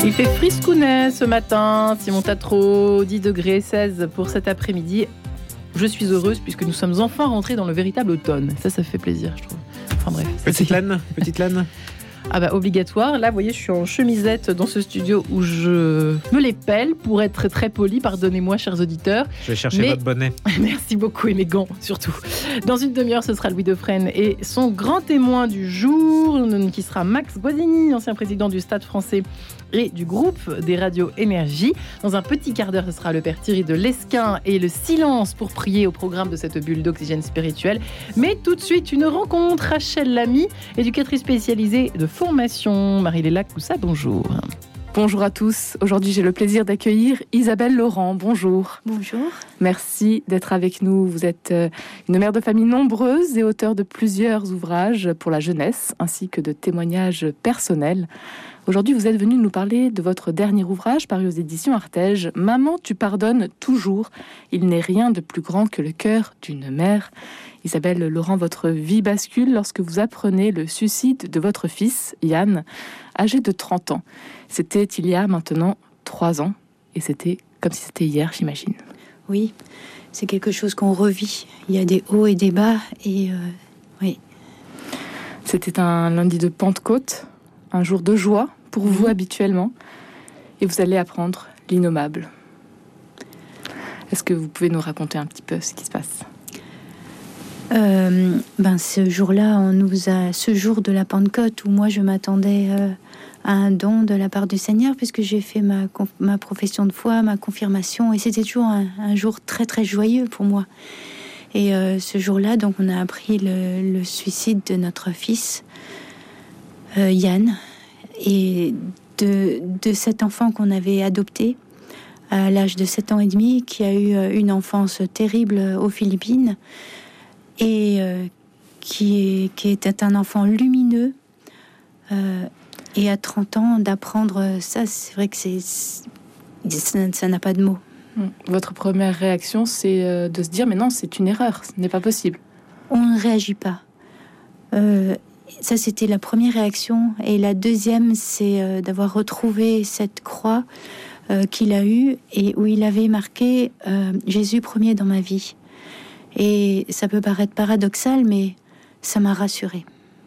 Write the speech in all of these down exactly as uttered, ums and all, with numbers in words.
Il fait friscounet ce matin, Simon Tatro, dix degrés, seize pour cet après-midi. Je suis heureuse puisque nous sommes enfin rentrés dans le véritable automne. Ça, ça fait plaisir, je trouve. Enfin bref. Petite laine, petite laine. Ah bah obligatoire. Là, vous voyez, je suis en chemisette dans ce studio où je me les pèle pour être très, très poli. Pardonnez-moi, chers auditeurs. Je vais chercher Mais... votre bonnet. Merci beaucoup et mes gants surtout. Dans une demi-heure, ce sera Louis Defresne et son grand témoin du jour, qui sera Max Guazzini, ancien président du Stade français et du groupe des radios Énergie. Dans un petit quart d'heure, ce sera le père Thierry de Lesquin et le silence pour prier au programme de cette bulle d'oxygène spirituel. Mais tout de suite, une rencontre. Rachel Lamy, éducatrice spécialisée de formation. Marie-Léla Coussa, bonjour. Bonjour à tous. Aujourd'hui, j'ai le plaisir d'accueillir Isabelle Laurent. Bonjour. Bonjour. Merci d'être avec nous. Vous êtes une mère de famille nombreuse et auteure de plusieurs ouvrages pour la jeunesse, ainsi que de témoignages personnels. Aujourd'hui, vous êtes venue nous parler de votre dernier ouvrage paru aux éditions Artege. « Maman, tu pardonnes toujours. Il n'est rien de plus grand que le cœur d'une mère. » Isabelle Laurent, votre vie bascule lorsque vous apprenez le suicide de votre fils, Yann, âgé de trente ans. C'était il y a maintenant trois ans et c'était comme si c'était hier, j'imagine. Oui, c'est quelque chose qu'on revit. Il y a des hauts et des bas et euh, oui. C'était un lundi de Pentecôte, un jour de joie pour mmh. vous habituellement, et vous allez apprendre l'innommable. Est-ce que vous pouvez nous raconter un petit peu ce qui se passe ? Euh, ben ce jour-là, on nous a, ce jour de la Pentecôte où moi je m'attendais euh, à un don de la part du Seigneur puisque j'ai fait ma, ma profession de foi, ma confirmation et c'était toujours un, un jour très très joyeux pour moi. Et euh, ce jour-là, donc on a appris le, le suicide de notre fils euh, Yann et de, de cet enfant qu'on avait adopté à l'âge de sept ans et demi qui a eu une enfance terrible aux Philippines. Et euh, qui, est, qui était un enfant lumineux. Euh, et à trente ans, d'apprendre ça, c'est vrai que c'est, ça, ça n'a pas de mots. Votre première réaction, c'est de se dire, mais non, c'est une erreur, ce n'est pas possible. On ne réagit pas. Euh, ça, c'était la première réaction. Et la deuxième, c'est euh, d'avoir retrouvé cette croix euh, qu'il a eue et où il avait marqué euh, « Jésus premier dans ma vie ». Et ça peut paraître paradoxal, mais ça m'a rassurée.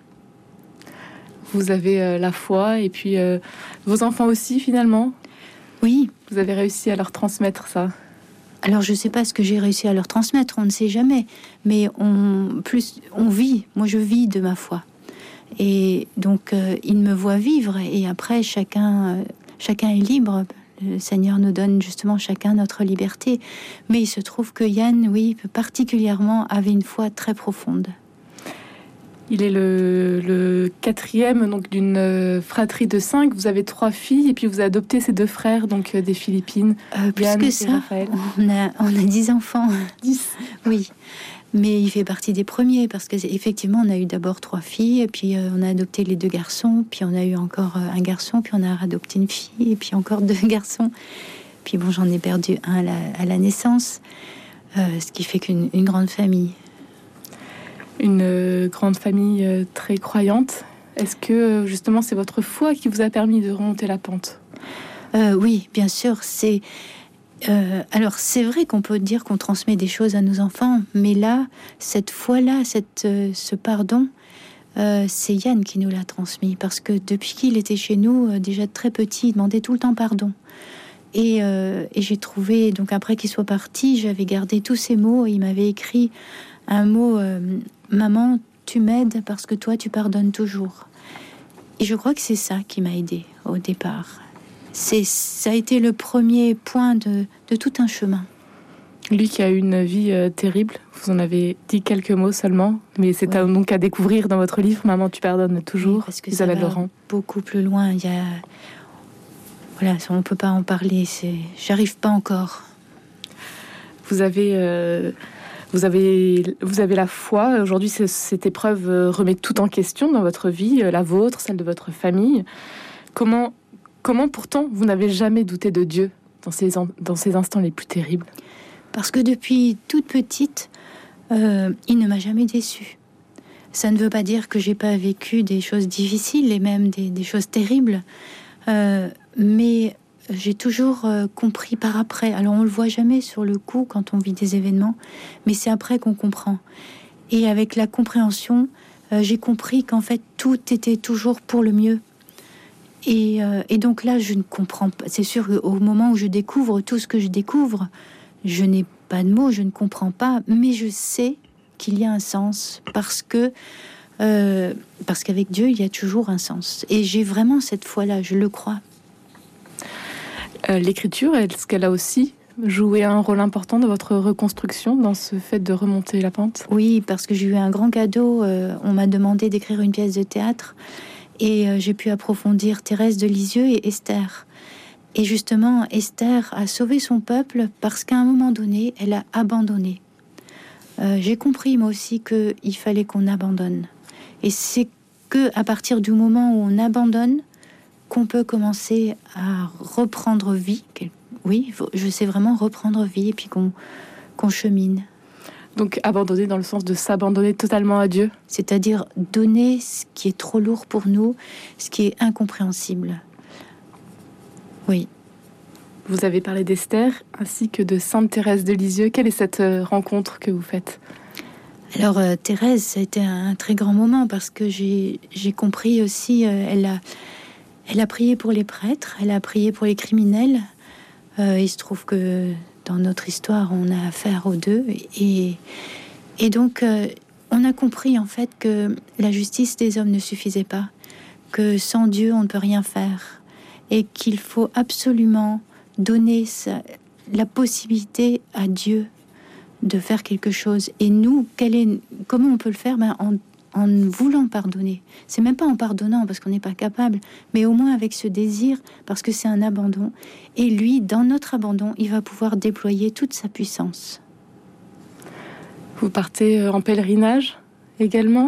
Vous avez euh, la foi, et puis euh, vos enfants aussi, finalement ? Oui. Vous avez réussi à leur transmettre ça ? Alors, je ne sais pas ce que j'ai réussi à leur transmettre, on ne sait jamais. Mais on, plus, on vit, moi je vis de ma foi. Et donc, euh, ils me voient vivre, et après, chacun, euh, chacun est libre. Le Seigneur nous donne justement chacun notre liberté. Mais il se trouve que Yann, oui, particulièrement, avait une foi très profonde. Il est le, le quatrième donc, d'une fratrie de cinq. Vous avez trois filles et puis vous adoptez ces deux frères donc, des Philippines. Euh, plus Yann que ça, on a, on a dix enfants. Dix. Oui. Mais il fait partie des premiers parce qu'effectivement, on a eu d'abord trois filles, et puis euh, on a adopté les deux garçons, puis on a eu encore euh, un garçon, puis on a adopté une fille, et puis encore deux garçons. Puis bon, j'en ai perdu un à la, à la naissance, euh, ce qui fait qu'une une grande famille. Une euh, grande famille euh, très croyante. Est-ce que justement c'est votre foi qui vous a permis de remonter la pente ? euh, Oui, bien sûr, c'est... Euh, alors c'est vrai qu'on peut dire qu'on transmet des choses à nos enfants, mais là, cette foi-là, cette, euh, ce pardon, euh, c'est Yann qui nous l'a transmis, parce que depuis qu'il était chez nous, euh, déjà très petit, il demandait tout le temps pardon. Et, euh, et j'ai trouvé, donc après qu'il soit parti, j'avais gardé tous ces mots, et il m'avait écrit un mot, euh, « Maman, tu m'aides parce que toi, tu pardonnes toujours ». Et je crois que c'est ça qui m'a aidée au départ. C'est, ça a été le premier point de, de tout un chemin. Lui qui a eu une vie euh, terrible, vous en avez dit quelques mots seulement, mais c'est oui. à, donc à découvrir dans votre livre « Maman, tu pardonnes toujours oui, », parce que Isabelle ça va Laurent. Beaucoup plus loin, il y a... Voilà, on ne peut pas en parler, c'est... j'arrive pas encore. Vous avez... Euh... Vous avez, vous avez la foi. Aujourd'hui, cette épreuve remet tout en question dans votre vie, la vôtre, celle de votre famille. Comment, comment pourtant, vous n'avez jamais douté de Dieu dans ces, dans ces instants les plus terribles ? Parce que depuis toute petite, euh, il ne m'a jamais déçue. Ça ne veut pas dire que j'ai pas vécu des choses difficiles et même des, des choses terribles. Euh, mais j'ai toujours euh, compris par après. Alors on le voit jamais sur le coup quand on vit des événements, mais c'est après qu'on comprend. Et avec la compréhension, euh, j'ai compris qu'en fait tout était toujours pour le mieux. Et, euh, et donc là, je ne comprends pas. C'est sûr qu'au moment où je découvre tout ce que je découvre, je n'ai pas de mots, je ne comprends pas, mais je sais qu'il y a un sens parce que euh, parce qu'avec Dieu, il y a toujours un sens. Et j'ai vraiment cette foi-là, je le crois. Euh, l'écriture, est-ce qu'elle a aussi joué un rôle important dans votre reconstruction, dans ce fait de remonter la pente? Oui, parce que j'ai eu un grand cadeau. Euh, on m'a demandé d'écrire une pièce de théâtre. Et euh, j'ai pu approfondir Thérèse de Lisieux et Esther. Et justement, Esther a sauvé son peuple parce qu'à un moment donné, elle a abandonné. Euh, j'ai compris moi aussi qu'il fallait qu'on abandonne. Et c'est que à partir du moment où on abandonne qu'on peut commencer à reprendre vie. Oui, je sais vraiment reprendre vie et puis qu'on, qu'on chemine. Donc abandonner dans le sens de s'abandonner totalement à Dieu. C'est-à-dire donner ce qui est trop lourd pour nous, ce qui est incompréhensible. Oui. Vous avez parlé d'Esther ainsi que de Sainte Thérèse de Lisieux. Quelle est cette rencontre que vous faites ? Alors euh, Thérèse, ça a été un très grand moment parce que j'ai, j'ai compris aussi, euh, elle, a, elle a prié pour les prêtres, elle a prié pour les criminels. Euh, il se trouve que dans notre histoire, on a affaire aux deux. Et, et donc, euh, on a compris en fait que la justice des hommes ne suffisait pas, que sans Dieu, on ne peut rien faire. Et qu'il faut absolument donner sa, la possibilité à Dieu de faire quelque chose. Et nous, quel est, comment on peut le faire ? Ben, en, en voulant pardonner. C'est même pas en pardonnant parce qu'on n'est pas capable, mais au moins avec ce désir, parce que c'est un abandon. Et lui, dans notre abandon, il va pouvoir déployer toute sa puissance. Vous partez en pèlerinage également ?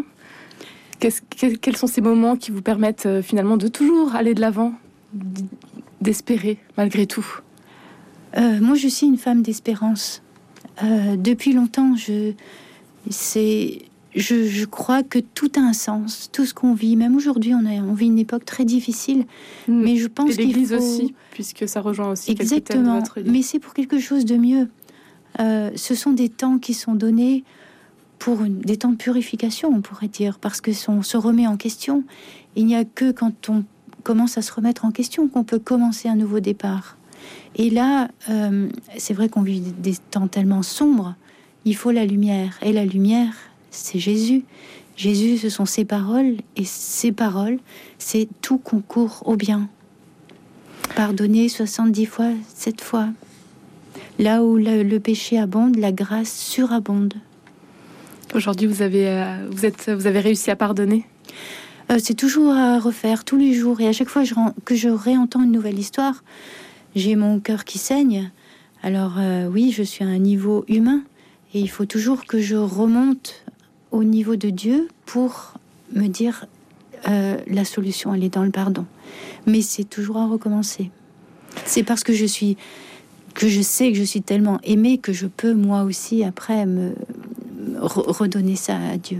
Qu'est-ce, quels sont ces moments qui vous permettent euh, finalement de toujours aller de l'avant, d'espérer malgré tout ? euh, Moi, je suis une femme d'espérance. Euh, depuis longtemps, je, c'est, je, je crois que tout a un sens. Tout ce qu'on vit, même aujourd'hui, on, a, on vit une époque très difficile. Mmh. Mais je pense Et l'Église qu'il faut... aussi, puisque ça rejoint aussi Exactement. quelques thèmes de votre vie. Mais c'est pour quelque chose de mieux. Euh, ce sont des temps qui sont donnés pour une, des temps de purification, on pourrait dire, parce que on se remet en question. Il n'y a que quand on commence à se remettre en question qu'on peut commencer un nouveau départ. Et là, euh, c'est vrai qu'on vit des temps tellement sombres, il faut la lumière. Et la lumière, c'est Jésus. Jésus, ce sont ses paroles, et ses paroles, c'est tout concourt au bien. Pardonner soixante-dix fois, sept fois. Là où le, le péché abonde, la grâce surabonde. Aujourd'hui, vous avez, euh, vous êtes, vous avez réussi à pardonner ? euh, C'est toujours à refaire, tous les jours. Et à chaque fois je, que je réentends une nouvelle histoire, j'ai mon cœur qui saigne. Alors euh, oui, je suis à un niveau humain. Et il faut toujours que je remonte au niveau de Dieu pour me dire euh, la solution, elle est dans le pardon. Mais c'est toujours à recommencer. C'est parce que je suis, que je sais que je suis tellement aimée que je peux moi aussi après me, me redonner ça à Dieu.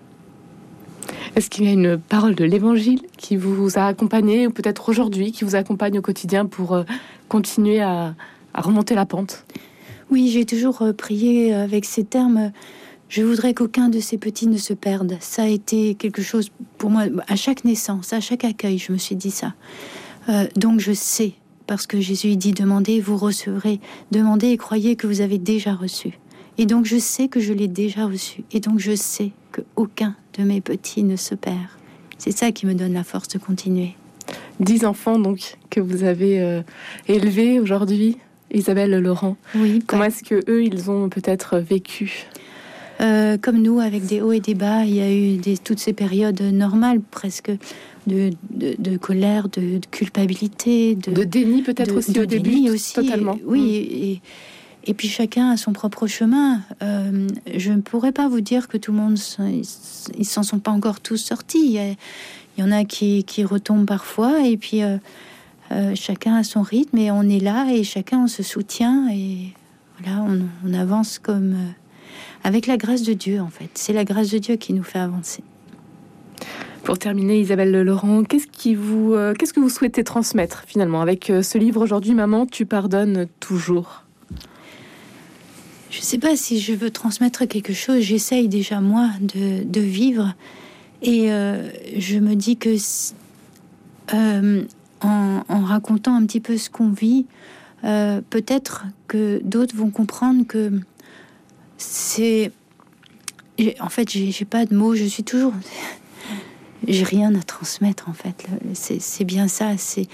Est-ce qu'il y a une parole de l'Évangile qui vous a accompagné, ou peut-être aujourd'hui, qui vous accompagne au quotidien pour euh, continuer à, à remonter la pente ? Oui, j'ai toujours euh, prié avec ces termes. Je voudrais qu'aucun de ces petits ne se perde. Ça a été quelque chose pour moi, à chaque naissance, à chaque accueil, je me suis dit ça. Euh, donc je sais, parce que Jésus dit, demandez, vous recevrez. Demandez et croyez que vous avez déjà reçu. Et donc je sais que je l'ai déjà reçu. Et donc je sais qu'aucun de mes petits ne se perd. C'est ça qui me donne la force de continuer. Dix enfants donc que vous avez euh, élevés aujourd'hui, Isabelle Laurent. Oui. Comment est-ce que eux ils ont peut-être vécu ? Euh, comme nous, avec des hauts et des bas, il y a eu des, toutes ces périodes normales, presque de, de, de colère, de, de culpabilité, de, de déni peut-être de, aussi de au début, aussi, totalement. Oui, mmh. et, et puis chacun a son propre chemin. Euh, je ne pourrais pas vous dire que tout le monde, ils, ils s'en sont pas encore tous sortis. Il y, a, il y en a qui, qui retombent parfois, et puis euh, euh, chacun a son rythme, et on est là, et chacun on se soutient, et voilà, on, on avance comme euh, avec la grâce de Dieu en fait. C'est la grâce de Dieu qui nous fait avancer. Pour terminer, Isabelle Laurent, qu'est-ce, qui vous, euh, qu'est-ce que vous souhaitez transmettre finalement avec euh, ce livre aujourd'hui, Maman, tu pardonnes toujours? Je ne sais pas si je veux transmettre quelque chose. J'essaye déjà, moi, de, de vivre. Et euh, je me dis que euh, en, en racontant un petit peu ce qu'on vit, euh, peut-être que d'autres vont comprendre que c'est... En fait, j'ai, j'ai pas de mots. Je suis toujours... J'ai rien à transmettre, en fait. C'est, c'est bien ça. C'est...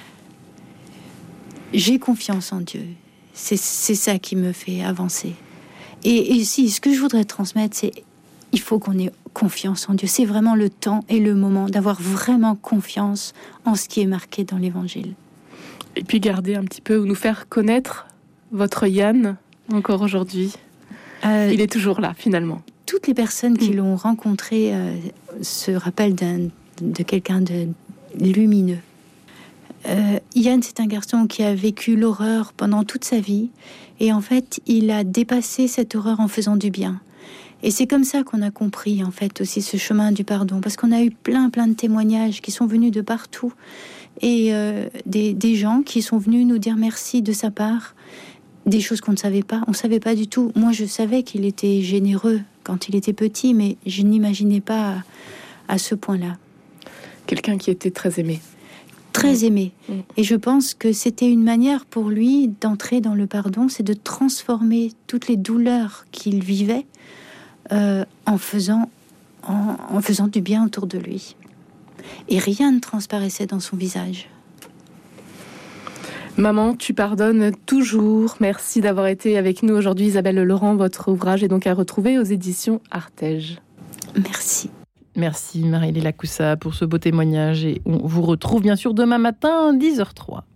J'ai confiance en Dieu. C'est, c'est ça qui me fait avancer. Et, et si, ce que je voudrais transmettre, c'est il faut qu'on ait confiance en Dieu. C'est vraiment le temps et le moment d'avoir vraiment confiance en ce qui est marqué dans l'Évangile. Et puis garder un petit peu, ou nous faire connaître votre Yann encore aujourd'hui. Euh, il est toujours là, finalement. Toutes les personnes qui mmh. l'ont rencontré euh, se rappellent d'un, de quelqu'un de lumineux. Euh, Yann, c'est un garçon qui a vécu l'horreur pendant toute sa vie. Et en fait, il a dépassé cette horreur en faisant du bien. Et c'est comme ça qu'on a compris, en fait, aussi ce chemin du pardon. Parce qu'on a eu plein, plein de témoignages qui sont venus de partout. Et euh, des, des gens qui sont venus nous dire merci de sa part. Des choses qu'on ne savait pas. On ne savait pas du tout. Moi, je savais qu'il était généreux quand il était petit, mais je n'imaginais pas à, à ce point-là. Quelqu'un qui était très aimé. Très aimé. Mmh. Et je pense que c'était une manière pour lui d'entrer dans le pardon, c'est de transformer toutes les douleurs qu'il vivait euh, en, faisant, en, en faisant du bien autour de lui. Et rien ne transparaissait dans son visage. Maman, tu pardonnes toujours. Merci d'avoir été avec nous aujourd'hui, Isabelle Laurent. Votre ouvrage est donc à retrouver aux éditions Artege. Merci. Merci Marie-Léla Coussa pour ce beau témoignage et on vous retrouve bien sûr demain matin dix heures zéro trois.